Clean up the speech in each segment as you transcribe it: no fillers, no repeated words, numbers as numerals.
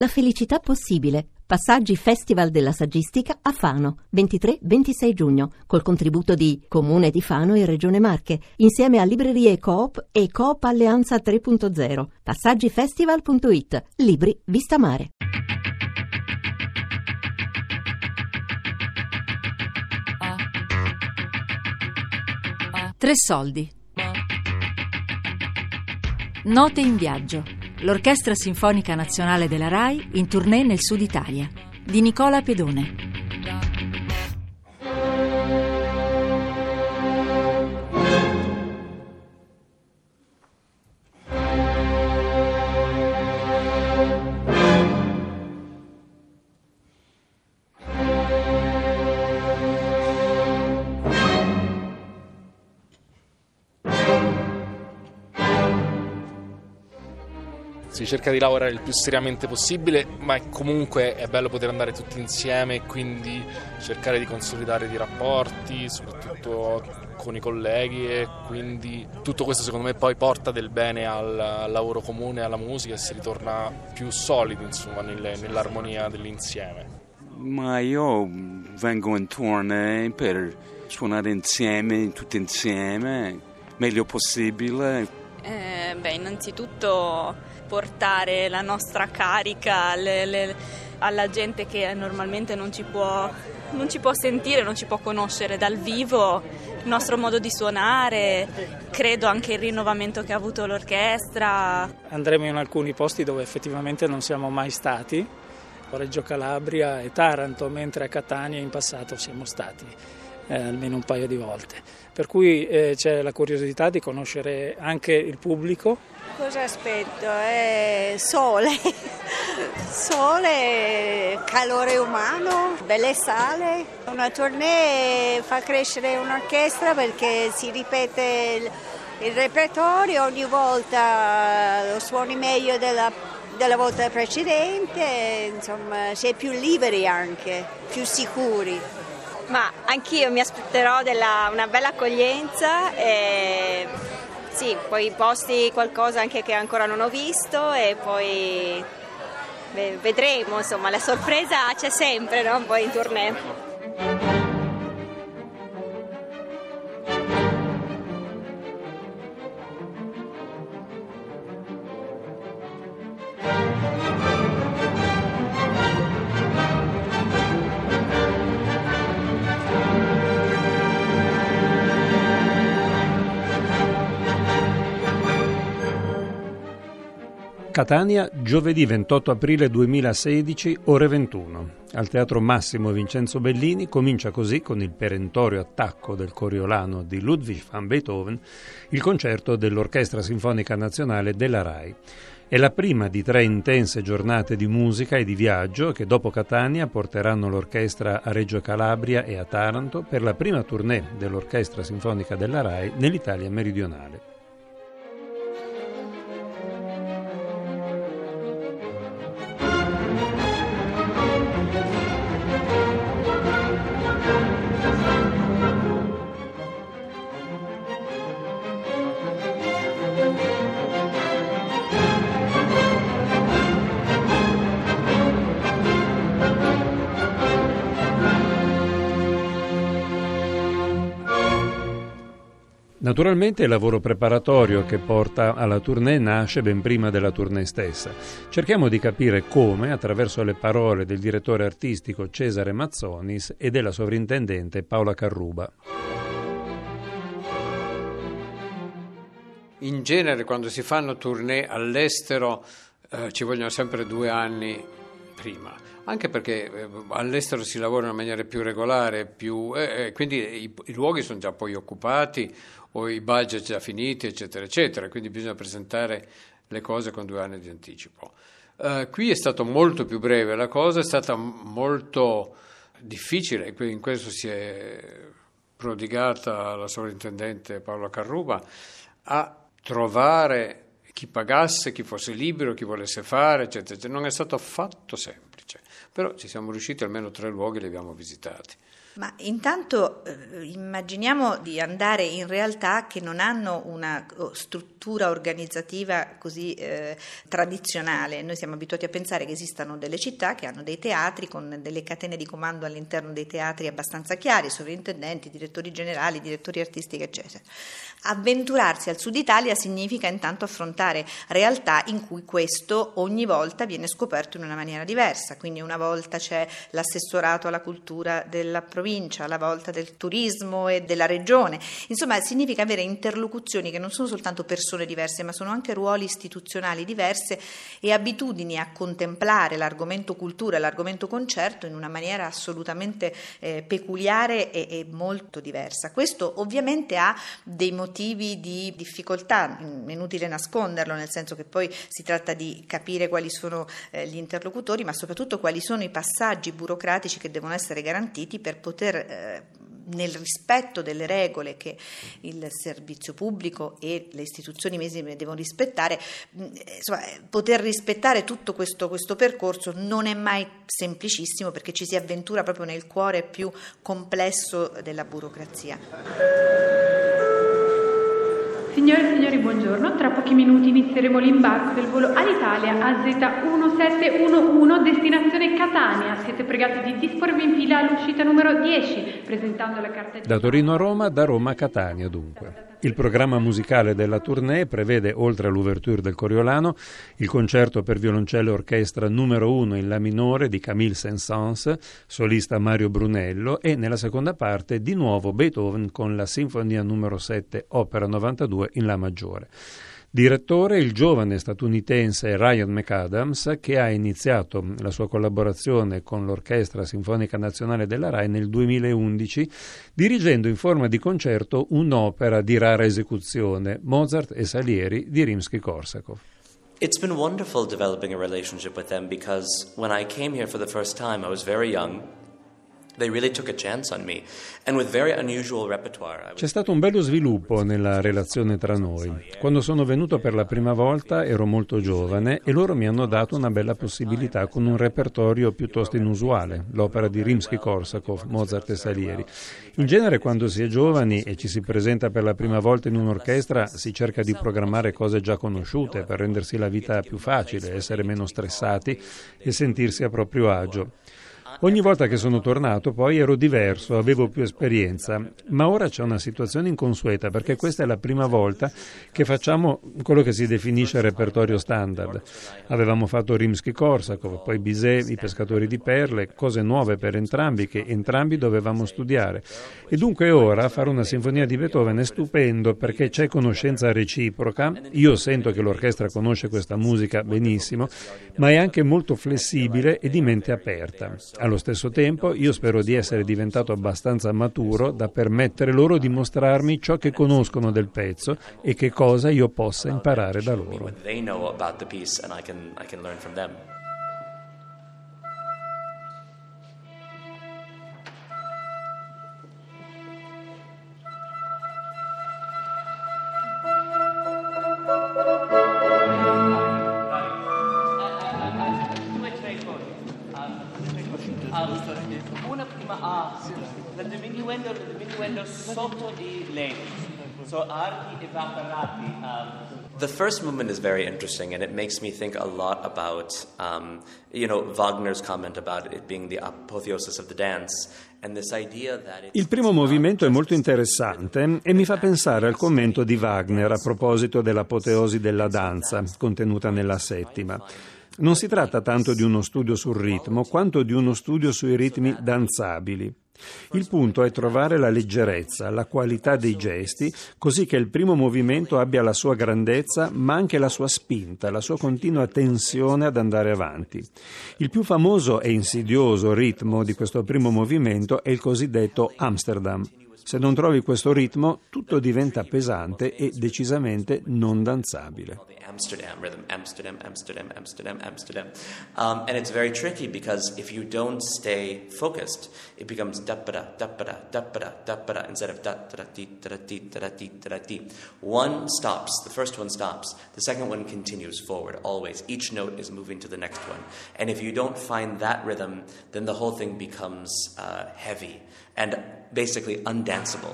La felicità possibile. Passaggi Festival della Saggistica a Fano, 23-26 giugno, col contributo di Comune di Fano e Regione Marche, insieme a Librerie Coop e Coop Alleanza 3.0. Passaggifestival.it. Libri Vista Mare. Tre soldi. Note in viaggio. L'Orchestra Sinfonica Nazionale della RAI in tournée nel Sud Italia, di Nicola Pedone. Si cerca di lavorare il più seriamente possibile, ma comunque è bello poter andare tutti insieme e quindi cercare di consolidare dei rapporti, soprattutto con i colleghi, e quindi tutto questo secondo me poi porta del bene al lavoro comune, alla musica, e si ritorna più solidi, insomma, nell'armonia dell'insieme. Ma io vengo in tournée per suonare insieme, tutti insieme, meglio possibile. Innanzitutto portare la nostra carica alla gente che normalmente non ci può sentire, non ci può conoscere dal vivo, il nostro modo di suonare, credo anche il rinnovamento che ha avuto l'orchestra. Andremo in alcuni posti dove effettivamente non siamo mai stati, Reggio Calabria e Taranto, mentre a Catania in passato siamo stati almeno un paio di volte. Per cui c'è la curiosità di conoscere anche il pubblico. Cosa aspetto? Sole, calore umano, belle sale. Una tournée fa crescere un'orchestra perché si ripete il repertorio, ogni volta lo suoni meglio della volta precedente, insomma si è più liberi anche, più sicuri. Ma anch'io mi aspetterò una bella accoglienza e sì, poi posti qualcosa anche che ancora non ho visto e poi vedremo, insomma, la sorpresa c'è sempre, no? Poi in tournée. Catania, giovedì 28 aprile 2016, ore 21. Al Teatro Massimo Vincenzo Bellini comincia così, con il perentorio attacco del Coriolano di Ludwig van Beethoven, il concerto dell'Orchestra Sinfonica Nazionale della RAI. È la prima di 3 intense giornate di musica e di viaggio che dopo Catania porteranno l'orchestra a Reggio Calabria e a Taranto per la prima tournée dell'Orchestra Sinfonica della RAI nell'Italia meridionale. Naturalmente il lavoro preparatorio che porta alla tournée nasce ben prima della tournée stessa. Cerchiamo di capire come attraverso le parole del direttore artistico Cesare Mazzonis e della sovrintendente Paola Carruba. In genere quando si fanno tournée all'estero ci vogliono sempre 2 anni prima, anche perché all'estero si lavora in maniera più regolare, quindi i luoghi sono già poi occupati o i budget già finiti, eccetera, eccetera, quindi bisogna presentare le cose con 2 anni di anticipo. Qui è stato molto più breve, la cosa è stata molto difficile, in questo si è prodigata la sovrintendente Paola Carruba, a trovare chi pagasse, chi fosse libero, chi volesse fare, eccetera, eccetera. Non è stato affatto semplice, però ci siamo riusciti, almeno 3 luoghi li abbiamo visitati. Ma intanto immaginiamo di andare in realtà che non hanno una struttura organizzativa così tradizionale. Noi siamo abituati a pensare che esistano delle città che hanno dei teatri con delle catene di comando all'interno dei teatri abbastanza chiari, sovrintendenti, direttori generali, direttori artistici, eccetera. Avventurarsi al Sud Italia significa intanto affrontare realtà in cui questo ogni volta viene scoperto in una maniera diversa, quindi una volta c'è l'assessorato alla cultura della provincia, alla volta del turismo e della regione, insomma significa avere interlocuzioni che non sono soltanto persone diverse ma sono anche ruoli istituzionali diverse e abitudini a contemplare l'argomento cultura e l'argomento concerto in una maniera assolutamente peculiare e molto diversa. Questo ovviamente ha dei motivi di difficoltà, è inutile nasconderlo, nel senso che poi si tratta di capire quali sono gli interlocutori, ma soprattutto quali sono i passaggi burocratici che devono essere garantiti per poter nel rispetto delle regole che il servizio pubblico e le istituzioni medesime devono rispettare, insomma, poter rispettare tutto questo percorso non è mai semplicissimo, perché ci si avventura proprio nel cuore più complesso della burocrazia. Signore e signori, buongiorno. Tra pochi minuti inizieremo l'imbarco del volo Alitalia AZ1711 destinazione Catania. Siete pregati di disporvi in fila all'uscita numero 10, presentando la carta di... Da Torino a Roma, da Roma a Catania dunque. Il programma musicale della tournée prevede, oltre all'ouverture del Coriolano, il concerto per violoncello e orchestra numero 1 in La minore di Camille Saint-Saëns, solista Mario Brunello, e nella seconda parte di nuovo Beethoven con la Sinfonia numero 7, opera 92 in La maggiore. Direttore il giovane statunitense Ryan McAdams, che ha iniziato la sua collaborazione con l'Orchestra Sinfonica Nazionale della RAI nel 2011, dirigendo in forma di concerto un'opera di rara esecuzione, Mozart e Salieri di Rimsky-Korsakov. It's been wonderful developing a relationship with them because when I came here for the first time I was very young. They really took a chance on me, and with very unusual repertoire. C'è stato un bello sviluppo nella relazione tra noi. Quando sono venuto per la prima volta ero molto giovane e loro mi hanno dato una bella possibilità con un repertorio piuttosto inusuale, l'opera di Rimsky-Korsakov, Mozart e Salieri. In genere quando si è giovani e ci si presenta per la prima volta in un'orchestra si cerca di programmare cose già conosciute per rendersi la vita più facile, essere meno stressati e sentirsi a proprio agio. Ogni volta che sono tornato poi ero diverso, avevo più esperienza, ma ora c'è una situazione inconsueta perché questa è la prima volta che facciamo quello che si definisce repertorio standard. Avevamo fatto Rimsky-Korsakov, poi Bizet, I pescatori di perle, cose nuove per entrambi che entrambi dovevamo studiare. E dunque ora fare una sinfonia di Beethoven è stupendo perché c'è conoscenza reciproca, io sento che l'orchestra conosce questa musica benissimo, ma è anche molto flessibile e di mente aperta. Allo stesso tempo io spero di essere diventato abbastanza maturo da permettere loro di mostrarmi ciò che conoscono del pezzo e che cosa io possa imparare da loro. Una prima la diminuendo sotto di lei, so archi evaporati. The first movement is very interesting, and it makes me think a lot about, Wagner's comment about it being the apotheosis of the dance. Il primo movimento è molto interessante e mi fa pensare al commento di Wagner a proposito dell'apoteosi della danza contenuta nella settima. Non si tratta tanto di uno studio sul ritmo quanto di uno studio sui ritmi danzabili. Il punto è trovare la leggerezza, la qualità dei gesti, così che il primo movimento abbia la sua grandezza, ma anche la sua spinta, la sua continua tensione ad andare avanti. Il più famoso e insidioso ritmo di questo primo movimento è il cosiddetto Amsterdam. Se non trovi questo ritmo, tutto diventa pesante e decisamente non danzabile. Amsterdam rhythm, Amsterdam, Amsterdam, Amsterdam, Amsterdam. And it's very tricky because if you don't stay focused, it becomes da-ba-da, da-ba-da, da-ba-da, da-ba-da, instead of da-da-da-dee, da-da-dee, da-da-dee, da-da-dee. One stops, the first one stops, the second one continues forward, always. Each note is moving to the next one. And if you don't find that rhythm, then the whole thing becomes heavy and basically undanceable.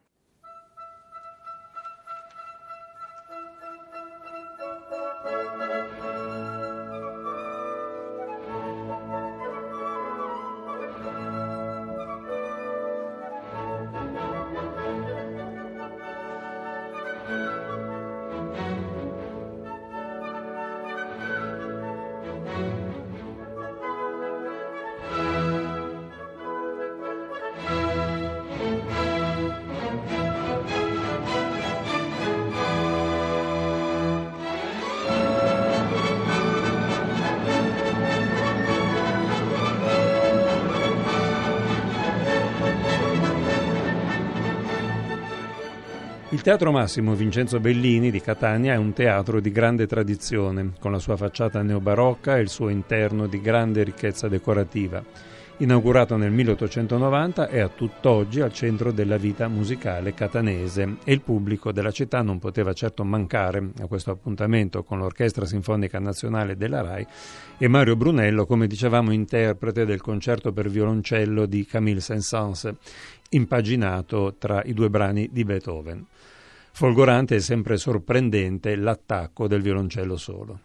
Il Teatro Massimo Vincenzo Bellini di Catania è un teatro di grande tradizione, con la sua facciata neobarocca e il suo interno di grande ricchezza decorativa. Inaugurato nel 1890, è a tutt'oggi al centro della vita musicale catanese e il pubblico della città non poteva certo mancare a questo appuntamento con l'Orchestra Sinfonica Nazionale della RAI e Mario Brunello, come dicevamo, interprete del concerto per violoncello di Camille Saint-Saëns, impaginato tra i due brani di Beethoven. Folgorante e sempre sorprendente l'attacco del violoncello solo.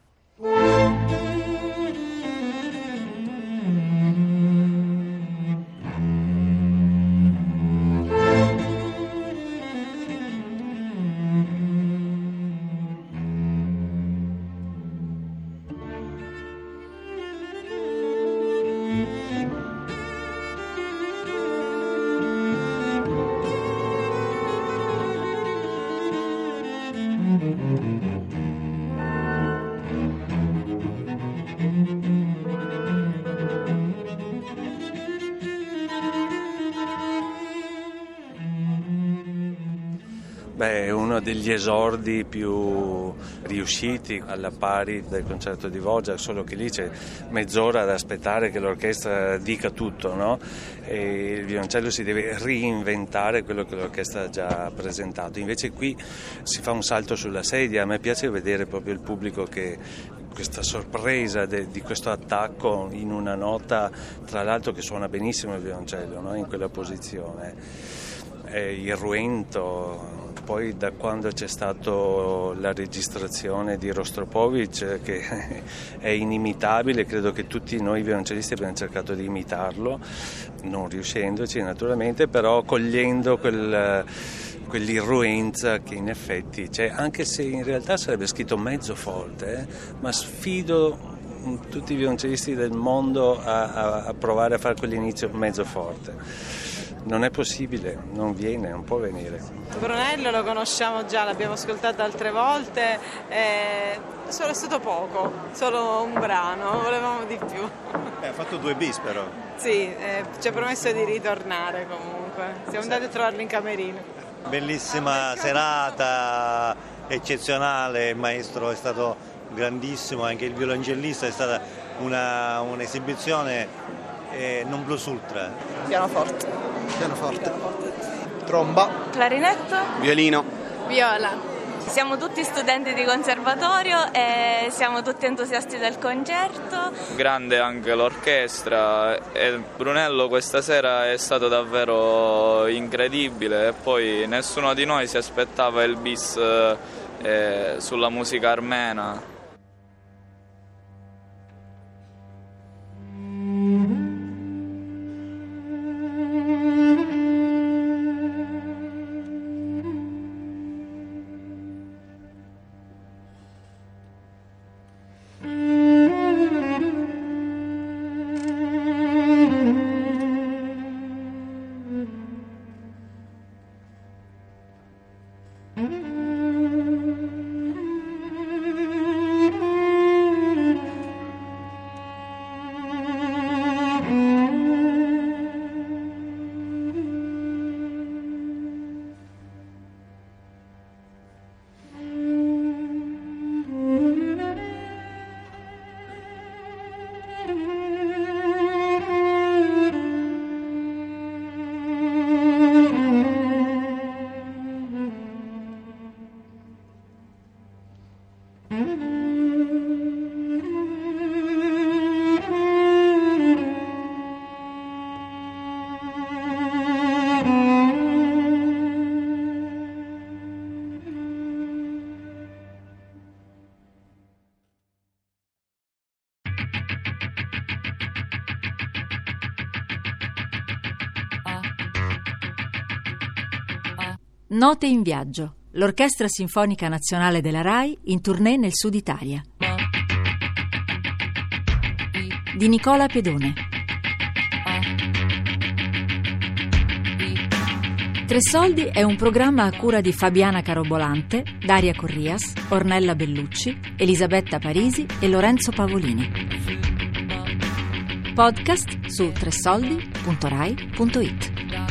È uno degli esordi più riusciti, alla pari del concerto di Dvořák, solo che lì c'è mezz'ora ad aspettare che l'orchestra dica tutto, no? E il violoncello si deve reinventare quello che l'orchestra ha già presentato. Invece qui si fa un salto sulla sedia. A me piace vedere proprio il pubblico che questa sorpresa di questo attacco in una nota, tra l'altro che suona benissimo il violoncello, no? In quella posizione. È irruento. Poi da quando c'è stata la registrazione di Rostropovich, che è inimitabile, credo che tutti noi violoncellisti abbiamo cercato di imitarlo, non riuscendoci naturalmente, però cogliendo quell'irruenza che in effetti c'è, anche se in realtà sarebbe scritto mezzo forte, ma sfido tutti i violoncellisti del mondo a provare a fare quell'inizio mezzo forte. Non è possibile, non viene, non può venire. Brunello lo conosciamo già, l'abbiamo ascoltato altre volte, solo è stato poco, solo un brano, volevamo di più. Ha fatto 2 bis però. Sì, ci ha promesso di ritornare comunque, siamo andati a trovarlo in camerino. Bellissima serata, eccezionale, il maestro è stato grandissimo, anche il violoncellista, è stata un'esibizione non plus ultra. Pianoforte, tromba, clarinetto, violino, viola. Siamo tutti studenti di conservatorio e siamo tutti entusiasti del concerto. Grande anche l'orchestra e Brunello questa sera è stato davvero incredibile e poi nessuno di noi si aspettava il bis sulla musica armena. Note in viaggio. L'Orchestra Sinfonica Nazionale della RAI in tournée nel Sud Italia. Di Nicola Pedone. Tre Soldi è un programma a cura di Fabiana Carobolante, Daria Corrias, Ornella Bellucci, Elisabetta Parisi e Lorenzo Pavolini. Podcast su tresoldi.rai.it.